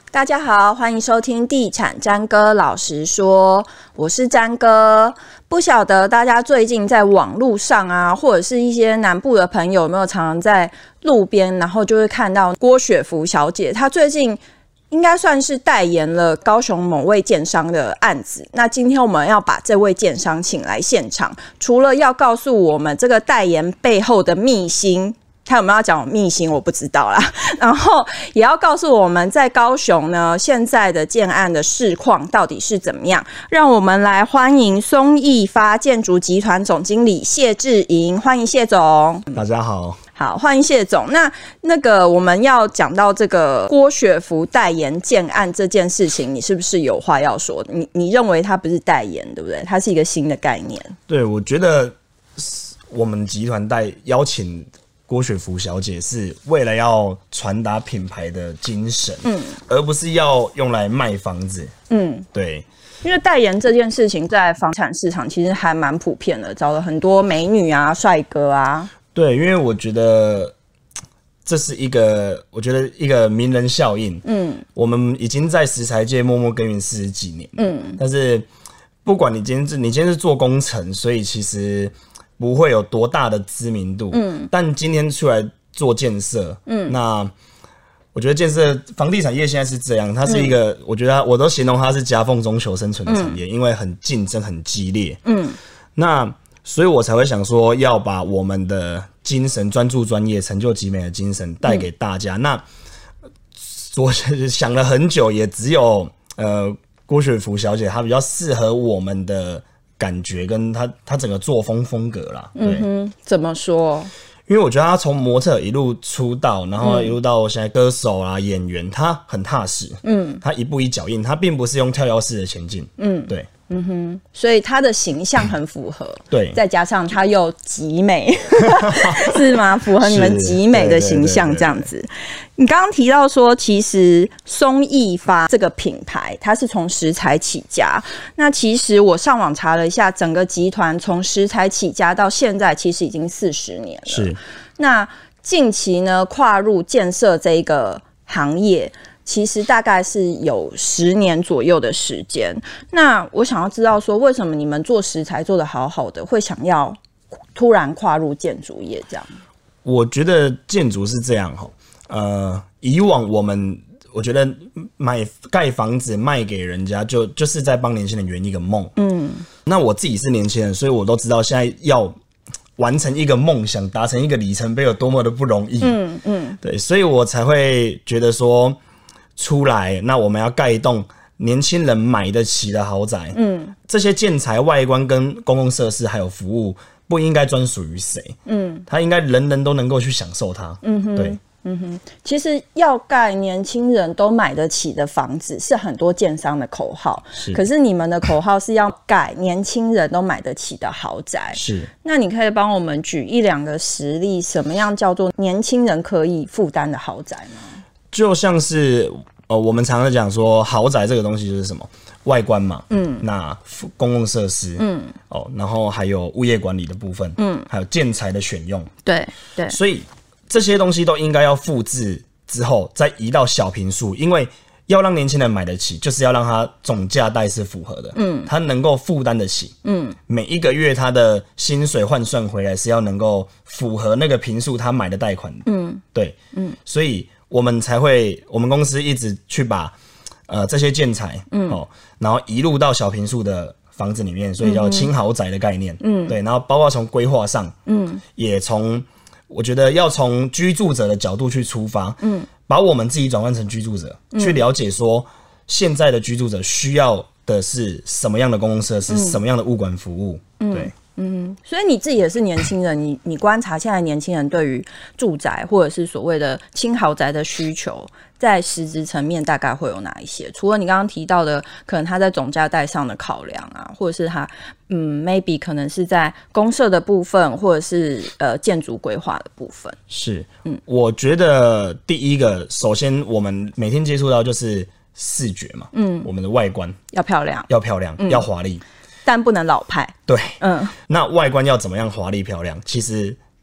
大家好，欢迎收听地产詹哥老实说，我是詹哥。不晓得大家最近在网络上啊，或者是一些南部的朋友有没有常常在路边，然后就会看到郭雪芙小姐，她最近应该算是代言了高雄某位建商的案子。那今天我们要把这位建商请来现场，除了要告诉我们这个代言背后的秘辛，他有没有要讲秘辛我不知道啦，然后也要告诉我们在高雄呢现在的建案的市况到底是怎么样。让我们来欢迎松益发建筑集团总经理谢志莹，欢迎谢总。 大家好。 好，欢迎谢总。那个我们要讲到这个郭雪芙代言建案这件事情，你是不是有话要说？你认为它不是代言，对不对？它是一个新的概念。 对，我觉得我们集团邀请郭雪芙小姐是为了要传达品牌的精神，而不是要用来卖房子。对。 因为代言这件事情在房产市场其实还蛮普遍的，找了很多美女啊、帅哥啊。对， 因为我觉得这是一个名人效应。我们已经在石材界默默耕耘40几年。但是不管你今天是做工程，所以其实不会有多大的知名度。但今天出来做建设，那我觉得建设房地产业现在是这样，它是一个，我觉得我都形容它是夹缝中求生存的产业，因为很竞争、很激烈。那所以我才会想说，要把我们的精神、专注专业、成就极美的精神带给大家。那我想了很久，也只有郭雪芙小姐她比较适合我们的感觉，跟她整个作风格啦。对， 怎么说？ 因为我觉得她从模特一路出道，然后一路到现在歌手啊、演员，她很踏实。她一步一脚印，她并不是用跳跃式的前进。对。 所以他的形象很符合， 对， 再加上他又极美，是吗？符合你们极美的形象这样子。你刚刚提到说，其实松益发这个品牌，它是从石材起家。那其实我上网查了一下，整个集团从石材起家到现在，其实已经40年了。 是。那近期呢，跨入建设这个行业，其实大概是有10年左右的时间。那我想要知道说，为什么你们做石材做得好好的，会想要突然跨入建筑业这样？ 我觉得建筑是这样以往我觉得盖房子卖给人家就是在帮年轻人圆一个梦。那我自己是年轻人，所以我都知道现在要完成一个梦想、达成一个里程碑有多么的不容易。对，所以我才会觉得说，出来，那我们要盖一栋年轻人买得起的豪宅。这些建材、外观跟公共设施还有服务不应该专属于谁。它应该人人都能够去享受它。对。 其实要盖年轻人都买得起的房子是很多建商的口号，可是你们的口号是要盖年轻人都买得起的豪宅。 是。那你可以帮我们举1-2个实例，什么样叫做年轻人可以负担的豪宅吗？ 就像是我们常常讲说，豪宅这个东西就是什么外观嘛，那公共设施，然后还有物业管理的部分，还有建材的选用， 对， 所以这些东西都应该要复制之后再移到小坪数，因为要让年轻人买得起，就是要让他总价带是符合的，他能够负担得起，每一个月他的薪水换算回来是要能够符合那个坪数他买的贷款，对，所以我们公司一直去把这些建材，然后移入到小坪数的房子里面，所以叫轻豪宅的概念，对，然后包括从规划上，也我觉得要从居住者的角度去出发，把我们自己转换成居住者，去了解说现在的居住者需要的是什么样的公共设施，什么样的物管服务，对。 所以你自己也是年轻人，你观察现在年轻人对于住宅或者是所谓的轻豪宅的需求，在实质层面大概会有哪一些？除了你刚刚提到的，可能他在总价带上的考量啊，或者是他maybe 可能是在公设的部分，或者是建筑规划的部分。 是，我觉得第一个，首先我们每天接触到就是视觉嘛，我们的外观要漂亮， 要华丽。 但不能老派。 对，那外观要怎么样华丽漂亮？其实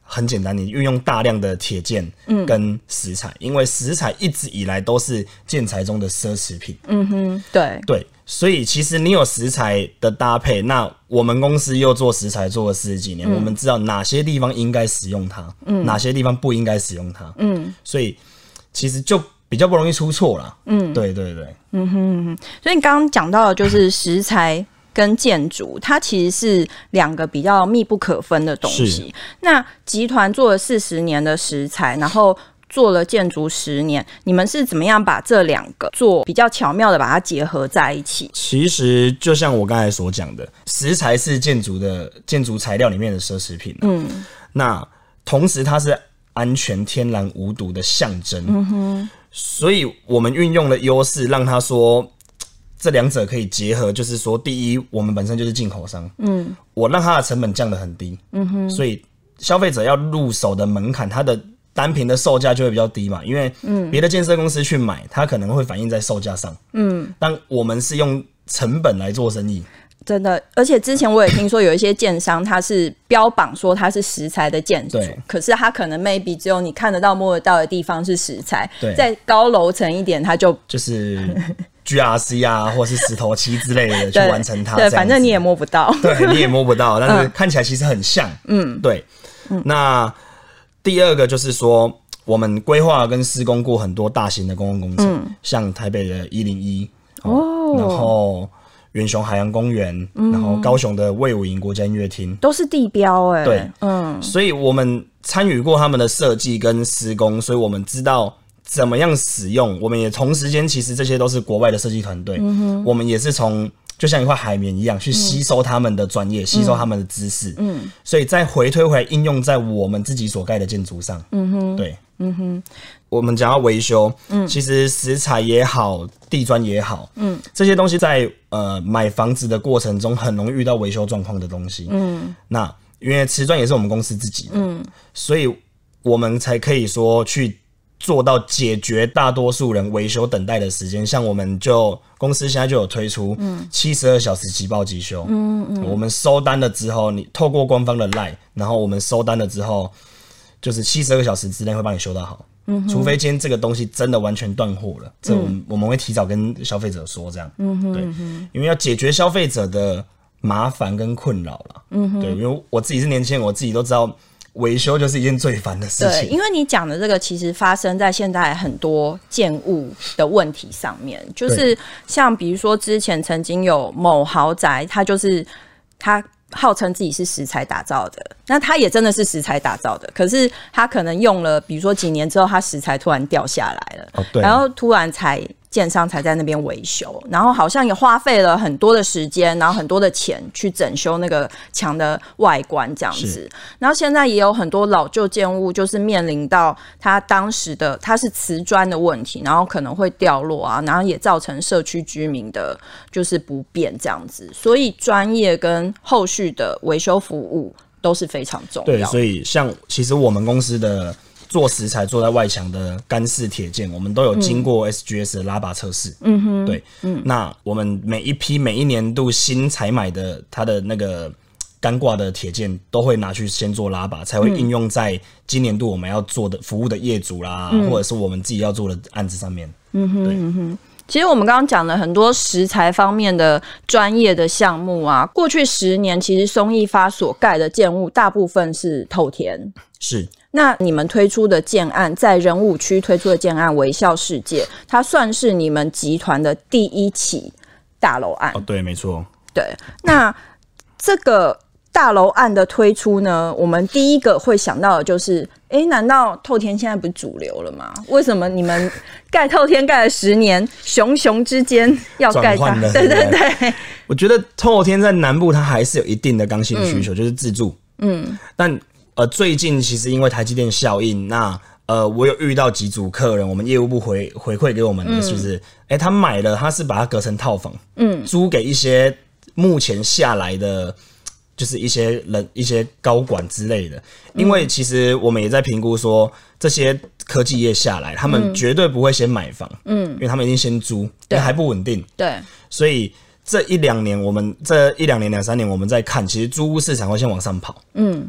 很简单，你运用大量的铁件跟石材，因为石材一直以来都是建材中的奢侈品。对，所以其实你有石材的搭配，那我们公司又做石材做了40几年，我们知道哪些地方应该使用它，哪些地方不应该使用它，所以其实就比较不容易出错啦。对。 所以你刚刚讲到的就是石材跟建筑，它其实是两个比较密不可分的东西。那集团做了40年的石材，然后做了建筑10年，你们是怎么样把这两个做比较巧妙的把它结合在一起？ 其实就像我刚才所讲的，石材是建筑材料里面的奢侈品。那同时它是安全、天然、无毒的象征。所以我们运用了优势，让他说这两者可以结合，就是说，第一，我们本身就是进口商，我让它的成本降得很低，所以消费者要入手的门槛，它的单品的售价就会比较低嘛，因为别的建设公司去买，它可能会反映在售价上，但我们是用成本来做生意。 真的，而且之前我也听说有一些建商，他是标榜说他是石材的建筑，可是他可能 maybe 只有你看得到摸得到的地方是石材，在高楼层一点，他就是 GRC 啊，或是石头漆之类的去完成它。 对，反正你也摸不到， 对，你也摸不到，但是看起来其实很像。对。那第二个就是说，我们规划跟施工过很多大型的公共工程，像台北的101，然后远雄海洋公园，然后高雄的卫武营国家音乐厅， 都是地标欸。 对，所以我们参与过他们的设计跟施工，所以我们知道怎么样使用。我们也同时间，其实这些都是国外的设计团队，我们也是从就像一块海绵一样去吸收他们的专业，吸收他们的知识，所以再回推回来应用在我们自己所盖的建筑上。对。我们讲到维修，其实石材也好，地砖也好，这些东西在买房子的过程中很容易遇到维修状况的东西。那因为瓷砖也是我们公司自己的，所以我们才可以说去做到解决大多数人维修等待的时间。像我们公司现在就有推出72小时即报即修。我们收单了之后，你透过官方的 LINE， 然后我们收单了之后，就是72个小时之内会帮你修到好。除非今天这个东西真的完全断货了，这我们会提早跟消费者说这样。对，因为要解决消费者的麻烦跟困扰啦。对，因为我自己是年轻人，我自己都知道维修就是一件最烦的事情。 对，因为你讲的这个其实发生在现在很多建物的问题上面，就是像比如说之前曾经有某豪宅，它号称自己是石材打造的，那它也真的是石材打造的，可是它可能用了比如说几年之后，它石材突然掉下来了，然后突然建商才在那边维修，然后好像也花费了很多的时间，然后很多的钱去整修那个墙的外观这样子。然后现在也有很多老旧建物，就是面临到它当时的它是瓷砖的问题，然后可能会掉落啊，然后也造成社区居民的就是不便这样子。所以专业跟后续的维修服务都是非常重要。 对，所以像其实我们公司的做石材做在外墙的干式铁件，我们都有经过 SGS 的拉拔测试。对，那我们每一年度新采买的它的那个干挂的铁件，都会拿去先做拉拔，才会应用在今年度我们要做的服务的业主啦，或者是我们自己要做的案子上面。对。 其实我们刚刚讲了很多石材方面的专业的项目啊，过去10年其实松益发所盖的建物大部分是透天。 是。 那你们推出的建案，在仁武区推出的建案微笑世界，它算是你们集团的第一起大楼案。 对，没错。 对，那这个大楼案的推出呢，我们第一个会想到的就是，难道透天现在不是主流了吗？为什么你们盖透天盖了10年，熊之间要盖它？对。 我觉得透天在南部它还是有一定的刚性需求，就是自住。但最近其实因为台积电效应，那我有遇到几组客人，我们业务部回馈给我们的就是，他买了，他是把它隔成套房，租给一些目前下来的，就是一些人、一些高管之类的。因为其实我们也在评估说，这些科技业下来，他们绝对不会先买房，因为他们一定先租，因为还不稳定。 对， 所以这1-2年2-3年我们在看，其实租屋市场会先往上跑。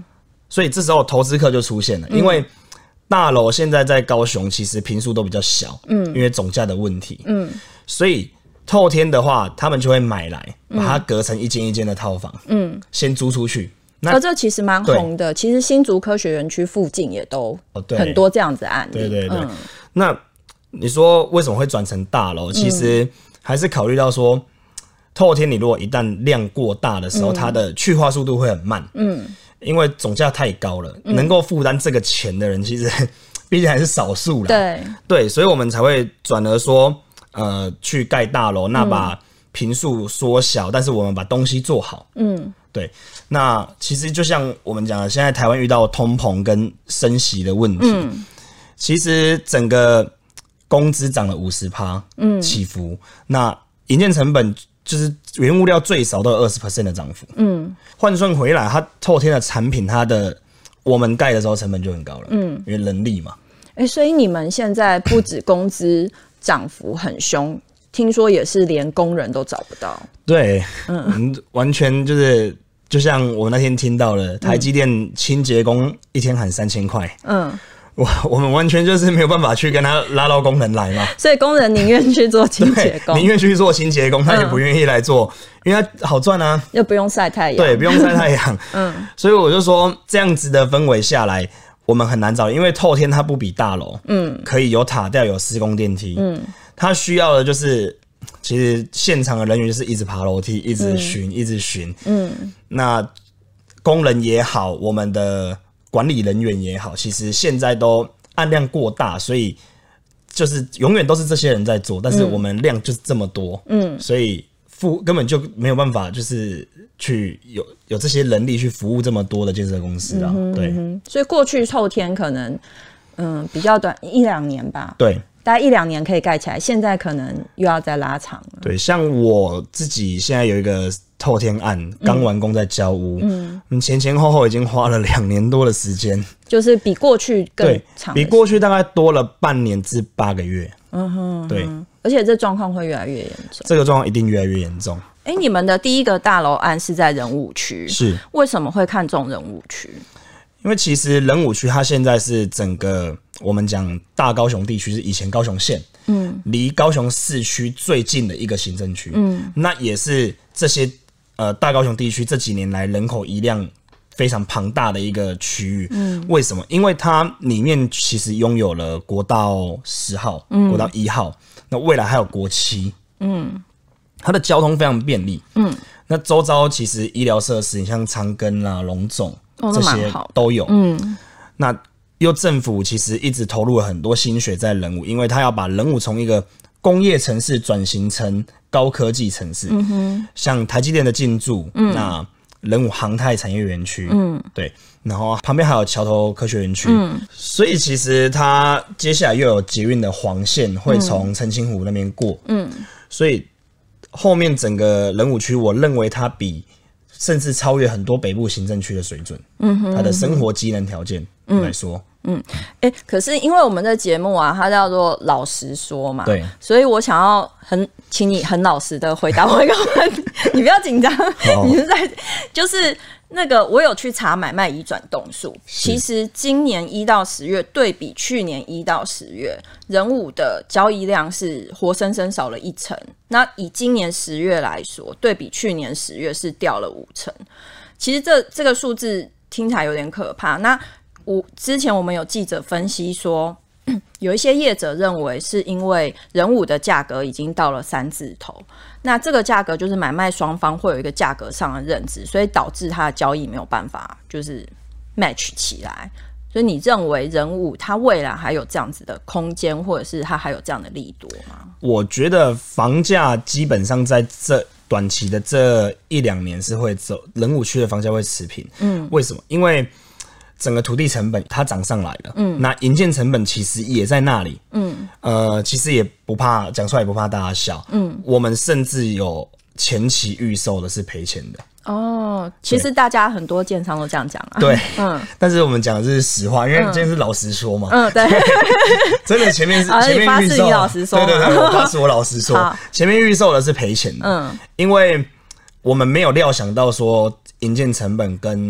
所以这时候投资客就出现了，因为大楼现在在高雄其实坪数都比较小，因为总价的问题，所以透天的话，他们就会买来，把它隔成一间一间的套房，先租出去。 那这其实蛮红的，其实新竹科学园区附近也都很多这样子的案例。 对，那你说为什么会转成大楼？其实还是考虑到说，透天你如果一旦量过大的时候，它的去化速度会很慢，因为总价太高了，能够负担这个钱的人其实毕竟还是少数啦。对，所以我们才会转而说，去盖大楼，那把坪数缩小，但是我们把东西做好。对。那其实就像我们讲的，现在台湾遇到通膨跟升息的问题，其实整个工资涨了50%，起伏。那营建成本就是原物料最少都有20% 的涨幅，换算回来，它透天的产品，我们盖的时候成本就很高了，因为人力嘛。 所以你们现在不止工资涨幅很凶，听说也是连工人都找不到。 对，完全就像我那天听到了台积电清洁工一天喊3000块，我们完全就是没有办法去跟他拉到工人来嘛， 所以工人宁愿去做清洁工， 宁愿去做清洁工，他也不愿意来做，因为他好赚啊， 又不用晒太阳， 对，不用晒太阳，所以我就说这样子的氛围下来，我们很难找，因为透天它不比大楼，可以有塔吊有施工电梯，它需要的就是其实现场的人员就是一直爬楼梯，一直巡，那工人也好，我们的管理人员也好，其实现在都案量过大，所以就是永远都是这些人在做，但是我们量就是这么多，所以根本就没有办法，就是去有这些人力去服务这么多的建设公司啊，对， 所以过去透天可能比较短1-2年吧， 对， 大概1-2年可以盖起来，现在可能又要再拉长了。 对，像我自己现在有一个透天案，刚完工在交屋，前后已经花了2年多的时间， 就是比过去更长， 比过去大概多了半年至8个月。对， 而且这状况会越来越严重， 这个状况一定越来越严重。 你们的第一个大楼案是在仁武区， 是为什么会看中仁武区？ 因为其实仁武区它现在是整个我们讲大高雄地区，是以前高雄县，离高雄市区最近的一个行政区，那也是这些大高雄地区这几年来人口移量非常庞大的一个区域。为什么？因为它里面其实拥有了国道10号、国道1号，那未来还有国7，它的交通非常便利。那周遭其实医疗设施，你像长庚啦、荣总。这些都有，那又政府其实一直投入了很多心血在仁武，因为他要把仁武从一个工业城市转型成高科技城市，像台积电的进驻，那仁武航太产业园区，对，然后旁边还有桥头科学园区，所以其实它接下来又有捷运的黄线会从澄清湖那边过，所以后面整个仁武区，我认为它甚至超越很多北部行政区的水准，它的生活机能条件来说， 可是因为我们的节目啊，它叫做老实说嘛， 对， 所以我想要请你很老实的回答我一个问题，你不要紧张，你是在就是那个我有去查买卖移转栋数，其实今年1到10月对比去年1到10月，仁武的交易量是活生生少了1成，那以今年10月来说，对比去年10月是掉了5成，其实这个数字听起来有点可怕。那之前我们有记者分析说，有一些业者认为是因为仁武的价格已经到了3字头，那这个价格就是买卖双方会有一个价格上的认知，所以导致它的交易没有办法就是 match 起来。所以你认为仁武它未来还有这样子的空间，或者是它还有这样的利多吗？ 我觉得房价基本上在这短期的这1-2年是会走，仁武区的房价会持平。为什么？因为整个土地成本它涨上来了，那营建成本其实也在那里，其实也不怕讲出来，也不怕大家笑，我们甚至有前期预售的是赔钱的。 其实大家很多建商都这样讲啊， 对，但是我们讲的是实话，因为今天是老实说嘛， 对， 真的前面预售， 你老实说， 对，我发誓我老实说，前面预售的是赔钱的，因为我们没有料想到说营建成本跟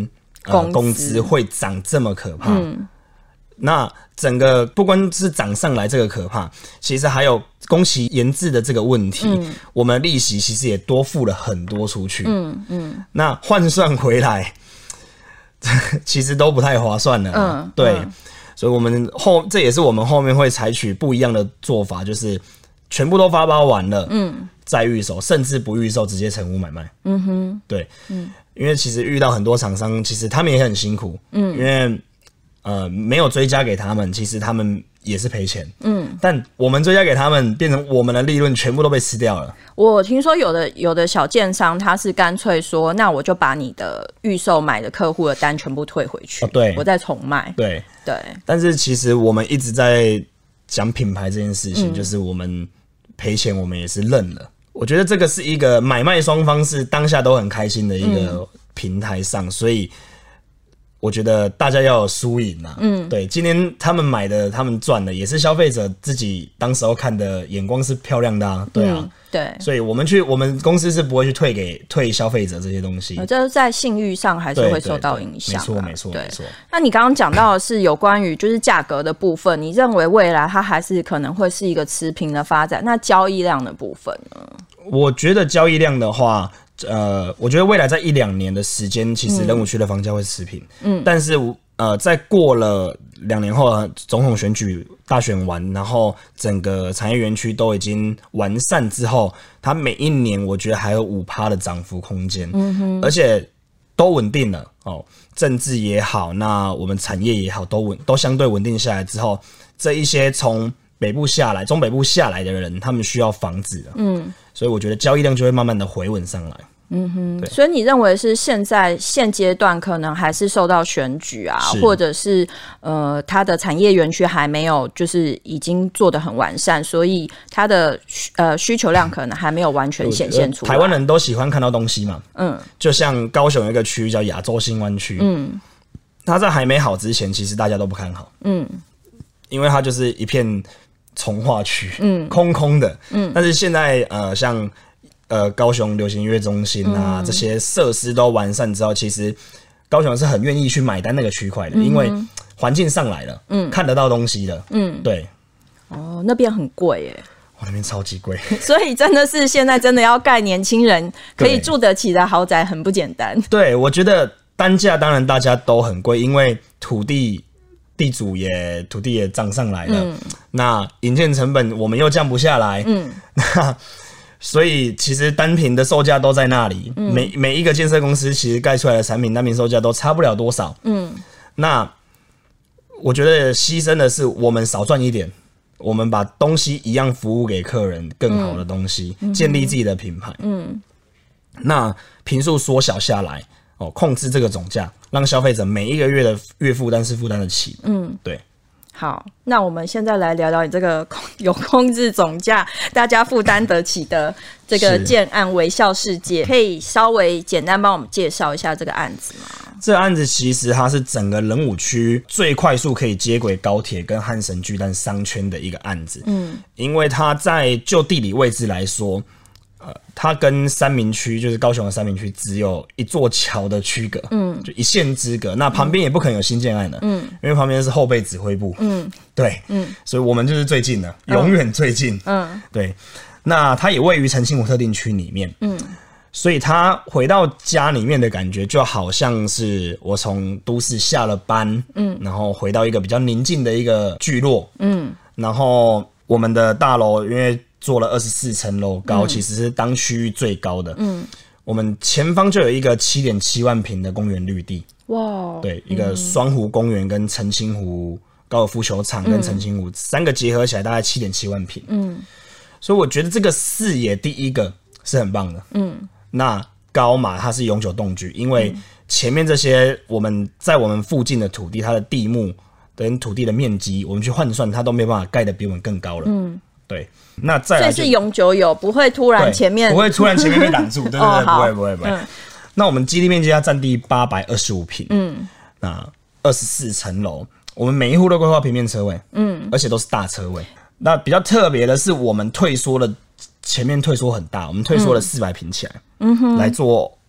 工资会涨这么可怕。那整个不光是涨上来这个可怕，其实还有工期延滞的这个问题，我们利息其实也多付了很多出去。那换算回来，其实都不太划算了。对。所以这也是我们后面会采取不一样的做法，就是全部都发包完了，再预售，甚至不预售直接成屋买卖。对，因为其实遇到很多厂商，其实他们也很辛苦，因为没有追加给他们，其实他们也是赔钱。但我们追加给他们，变成我们的利润全部都被吃掉了。 我听说有的小建商他是干脆说，那我就把你的预售买的客户的单全部退回去， 对， 我再重卖。 对。 但是其实我们一直在讲品牌这件事情，就是我们赔钱，我们也是认了。我觉得这个是一个买卖双方是当下都很开心的一个平台上，所以我觉得大家要有输赢啊。对，今天他们买的，他们赚的，也是消费者自己当时候看的眼光是漂亮的啊。对啊， 对， 所以我们公司是不会去退消费者这些东西。 这是在信誉上还是会受到影响。 没错。 那你刚刚讲到的是有关于就是价格的部分，你认为未来它还是可能会是一个持平的发展？那交易量的部分呢？ 我觉得交易量的话。我觉得未来在1-2年的时间，其实仁武区的房价会持平。但是在过了2年后，总统选举大选完，然后整个产业园区都已经完善之后，它每一年我觉得还有5%的涨幅空间。而且都稳定了哦，政治也好，那我们产业也好，都相对稳定下来之后，这一些从北部下来、中北部下来的人，他们需要房子了。所以我觉得交易量就会慢慢的回稳上来。 所以你认为是现阶段可能还是受到选举啊，或者是它的产业园区还没有就是已经做得很完善，所以它的需求量可能还没有完全显现出来。 台湾人都喜欢看到东西嘛，就像高雄有一个区叫亚洲新湾区，它在还没好之前，其实大家都不看好，因为它就是一片重划区，空空的，但是现在像高雄流行音乐中心啊，这些设施都完善之后，其实高雄是很愿意去买单那个区块的，因为环境上来了，看得到东西了，对。 那边很贵耶， 那边超级贵， 所以真的是现在真的要盖年轻人可以住得起的豪宅很不简单。 对，我觉得单价当然大家都很贵，因为土地也涨上来了，那营建成本我们又降不下来，那所以其实单坪的售价都在那里，每一个建设公司其实盖出来的产品单坪售价都差不了多少，那我觉得牺牲的是我们少赚一点，我们把东西一样服务给客人，更好的东西，建立自己的品牌，那坪数缩小下来，控制这个总价，让消费者每一个月的月负担是负担得起的，对。 好，那我们现在来聊聊你这个有控制总价、大家负担得起的这个建案微笑世界，可以稍微简单帮我们介绍一下这个案子吗？ 这个案子其实它是整个仁武区最快速可以接轨高铁跟汉神巨蛋商圈的一个案子，因为它在就地理位置来说，它跟三民区就是高雄的三民区只有一座桥的区隔，就一线之隔。那旁边也不可能有新建案的，因为旁边是后备指挥部，对，所以我们就是最近的，永远最近，对。那它也位于澄清湖特定区里面，所以它回到家里面的感觉，就好像是我从都市下了班，然后回到一个比较宁静的一个聚落，然后我们的大楼因为做了24层楼高，其实是当区域最高的。我们前方就有一个7.7万坪的公园绿地，哇！对，一个双湖公园跟澄清湖高尔夫球场跟澄清湖3个结合起来，大概7.7万坪。所以我觉得这个视野第一个是很棒的。那高嘛，它是永久动居，因为前面这些我们在我们附近的土地，它的地目跟土地的面积，我们去换算，它都没办法盖得比我们更高了。对，那再来所以是永久有，不会突然前面不会突然前面被挡住，对对对，不会。那我们基地面积它占地825坪，那24层楼，我们每一户都规划平面车位，而且都是大车位。那比较特别的是，我们退缩了，前面退缩很大，我们退缩了400坪起来，来做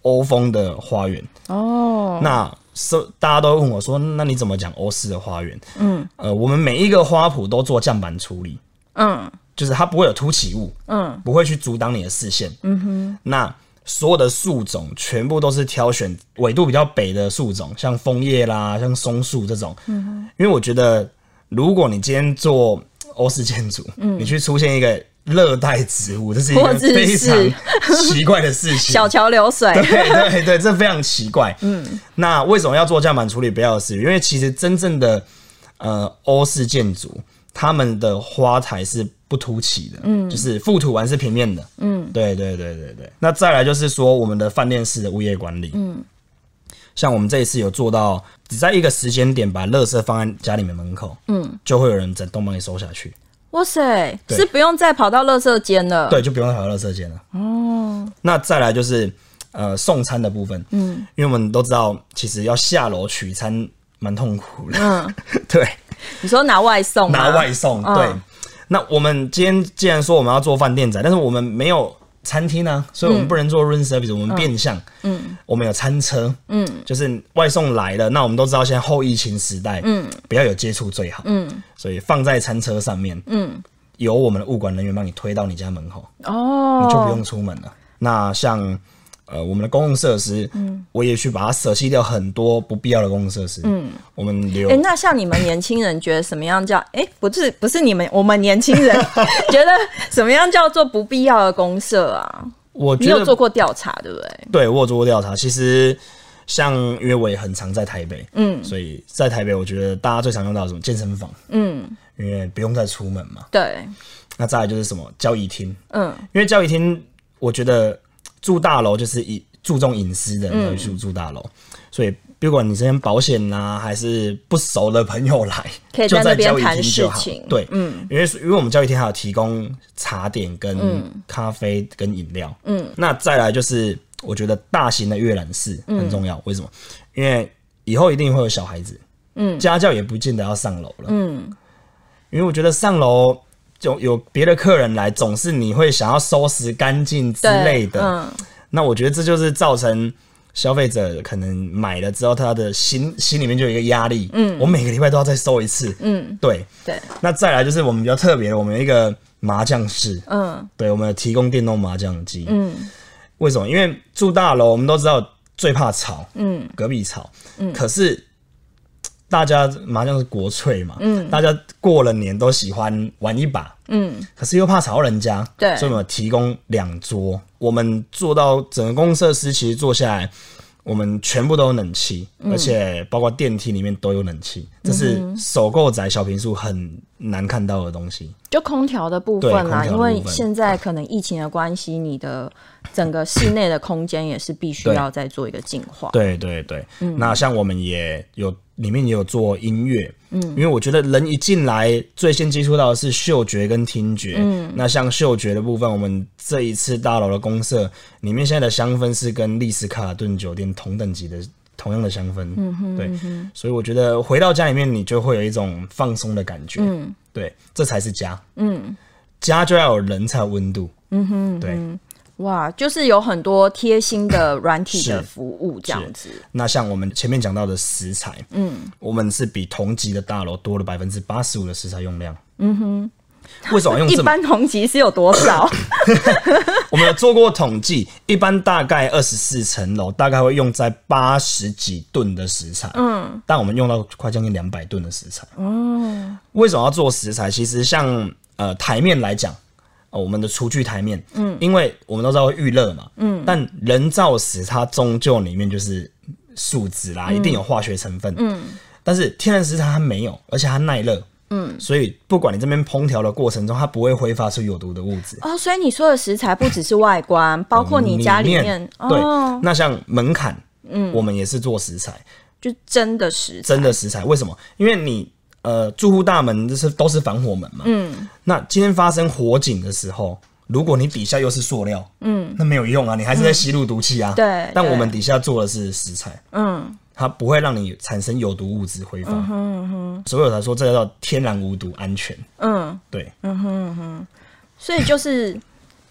欧风的花园。 哦， 那大家都问我说，那你怎么讲欧式的花园？我们每一个花圃都做降板处理，就是它不会有凸起物，不会去阻挡你的视线。那所有的树种全部都是挑选纬度比较北的树种，像枫叶啦，像松树这种。因为我觉得，如果你今天做欧式建筑，你去出现一个热带植物，这是一个非常奇怪的事情。 小桥流水， 对，这非常奇怪。那为什么要做降板处理？不要的是，因为其实真正的欧式建筑，他们的花材是不凸起的，就是覆土完是平面的。对。那再来就是说，我们的饭店式的物业管理，像我们这一次有做到，只在一个时间点把垃圾放在家里面门口，就会有人整栋帮你收下去。 哇塞，是不用再跑到垃圾间了。 对，就不用再跑到垃圾间了。那再来就是送餐的部分，因为我们都知道，其实要下楼取餐蛮痛苦的。对， 你说拿外送吗？ 拿外送，对。那我们今天既然说我们要做饭店仔，但是我们没有餐厅啊，所以我们不能做 room service，我们变相，我们有餐车，就是外送来了，那我们都知道现在后疫情时代，不要有接触最好，所以放在餐车上面，由我们的物管人员帮你推到你家门口，你就不用出门了。那像我们的公共设施，我也去把它舍弃掉很多不必要的公共设施。我们留。 那像你们年轻人觉得什么样叫？不是你们，我们年轻人觉得什么样叫做不必要的公设啊？你有做过调查，对不对？ 对，我有做过调查。其实像因为我也很常在台北，所以在台北，我觉得大家最常用到的是什么健身房，因为不用再出门嘛。 对。 那再来就是什么交易厅，因为交易厅，我觉得。住大楼就是注重隐私的人去住大楼，所以不管你这边保险啦，还是不熟的朋友来， 可以在那边谈事情。 对，因为我们交易厅还有提供茶点、跟咖啡、跟饮料。那再来就是我觉得大型的阅览室很重要，为什么？因为以后一定会有小孩子，家教也不见得要上楼了，因为我觉得上楼。就有别的客人来，总是你会想要收拾干净之类的。那我觉得这就是造成消费者可能买了之后，他的心里面就有一个压力。我每个礼拜都要再收一次。对。那再来就是我们比较特别的，我们有一个麻将室。对，我们有提供电动麻将机。为什么？因为住大楼，我们都知道最怕吵。隔壁吵。可是。大家麻将是国粹嘛，大家过了年都喜欢玩一把，可是又怕吵到人家，对，所以我们提供2桌，我们做到整个公共设施，其实做下来，我们全部都有冷气，而且包括电梯里面都有冷气，这是首购宅小坪数很难看到的东西。 就空调的部分啦，因为现在可能疫情的关系，你的整个室内的空间也是必须要再做一个净化。 对，那像我们也有。里面也有做音乐，因为我觉得人一进来最先接触到的是嗅觉跟听觉，那像嗅觉的部分，我们这一次大楼的公设里面现在的香氛是跟丽思卡尔顿酒店同等级的同样的香氛，对，所以我觉得回到家里面你就会有一种放松的感觉，对，这才是家，家就要有人才有温度，对。 哇，就是有很多贴心的软体的服务这样子。 那像我们前面讲到的食材，我们是比同级的大楼多了85%的食材用量。为什么用这么？ 一般同级是有多少？ 我们有做过统计，一般大概24层楼，大概会用在80几吨的食材。但我们用到快将近200吨的食材。为什么要做食材？其实像台面来讲。我们的厨具台面，因为我们都知道会预热嘛，但人造石它终究里面就是树脂啦，一定有化学成分，但是天然石它没有，而且它耐热，所以不管你这边烹调的过程中，它不会挥发出有毒的物质。 所以你说的食材不只是外观，包括你家里面， 对，那像门槛，我们也是做食材， 就真的食材，为什么？因为你。住户大门都是防火门嘛，那今天发生火警的时候，如果你底下又是塑料，那没有用啊，你还是在吸入毒气啊。对，但我们底下做的是食材，它不会让你产生有毒物质挥发，所以我才说这叫天然无毒安全。对， 所以就是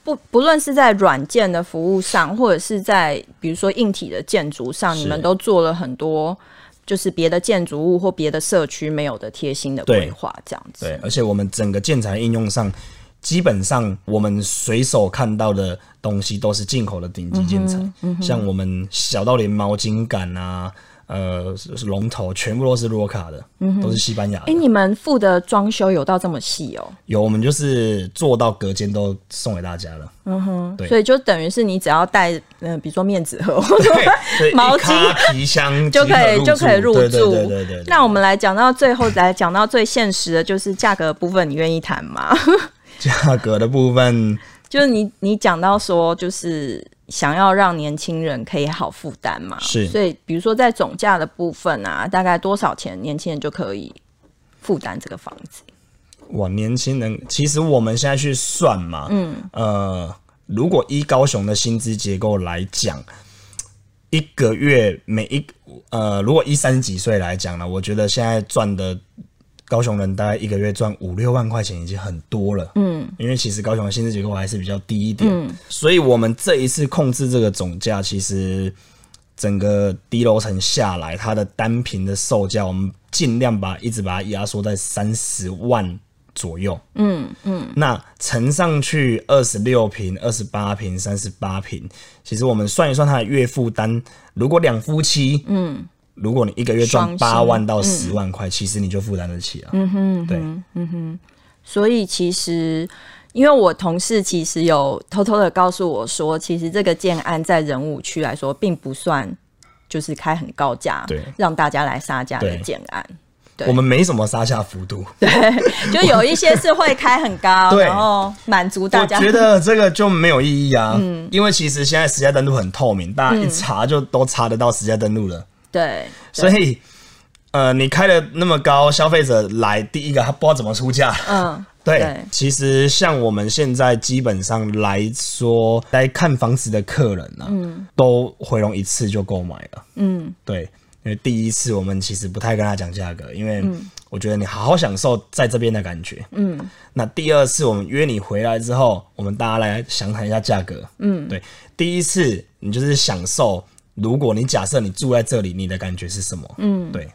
不论是在软件的服务上，或者是在比如说硬体的建筑上，你们都做了很多就是别的建筑物或别的社区没有的贴心的规划，这样子。 对，而且我们整个建材应用上，基本上我们随手看到的东西都是进口的顶级建材，像我们小到连毛巾杆啊。龙头全部都是洛卡的，都是西班牙的。 你们付的装修有到这么细哦？ 有，我们就是做到隔间都送给大家了。对， 所以就等于是你只要带比如说面纸盒、毛巾、 皮箱就可以入住。 对。 那我们来讲到最后，来讲到最现实的，就是价格的部分，你愿意谈吗？ 价格的部分， 就是你讲到说，就是想要让年轻人可以好负担嘛， 是， 所以比如说在总价的部分啊，大概多少钱年轻人就可以负担这个房子？ 哇，年轻人，其实我们现在去算嘛，如果依高雄的薪资结构来讲，一个月如果依30几岁来讲呢，我觉得现在赚的高雄人大概一个月赚5-6万块钱已经很多了，因为其实高雄的薪资结构还是比较低一点，所以我们这一次控制这个总价，其实整个低楼层下来，它的单坪的售价，我们尽量一直把它压缩在30万左右，那乘上去26坪、28坪、38坪，其实我们算一算它的月负担，如果2夫妻，如果你一个月赚8万到10万块，其实你就负担得起了。对， 所以其实，因为我同事其实有偷偷的告诉我说，其实这个建案在仁武区来说，并不算就是开很高价， 对， 让大家来杀价的建案。 我们没什么杀价幅度， 对，就有一些是会开很高，然后满足大家。 我觉得这个就没有意义啊，因为其实现在实价登录很透明，大家一查就都查得到实价登录了。 对， 所以你开的那么高，消费者来第一个他不知道怎么出价，对，其实像我们现在基本上来说，来看房子的客人啊，都回笼一次就购买了，对，因为第一次我们其实不太跟他讲价格，因为我觉得你好好享受在这边的感觉，那第二次我们约你回来之后，我们大家来详谈一下价格，对，第一次你就是享受。如果你假设你住在这里，你的感觉是什么？对，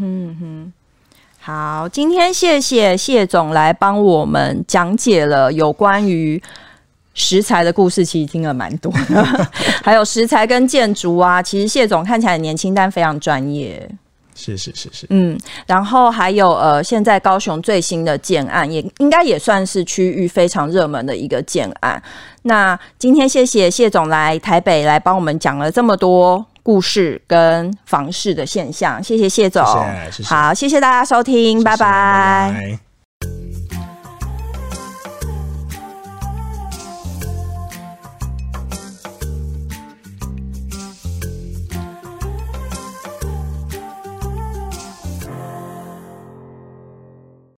好，今天谢谢谢总来帮我们讲解了有关于食材的故事，其实听了蛮多的，还有食材跟建筑啊，其实谢总看起来年轻，但非常专业。 谢谢。 然后还有现在高雄最新的建案，也应该也算是区域非常热门的一个建案。那今天谢谢谢总来台北来帮我们讲了这么多故事跟房市的现象，谢谢谢总。 谢谢。 好，谢谢大家收听，拜拜。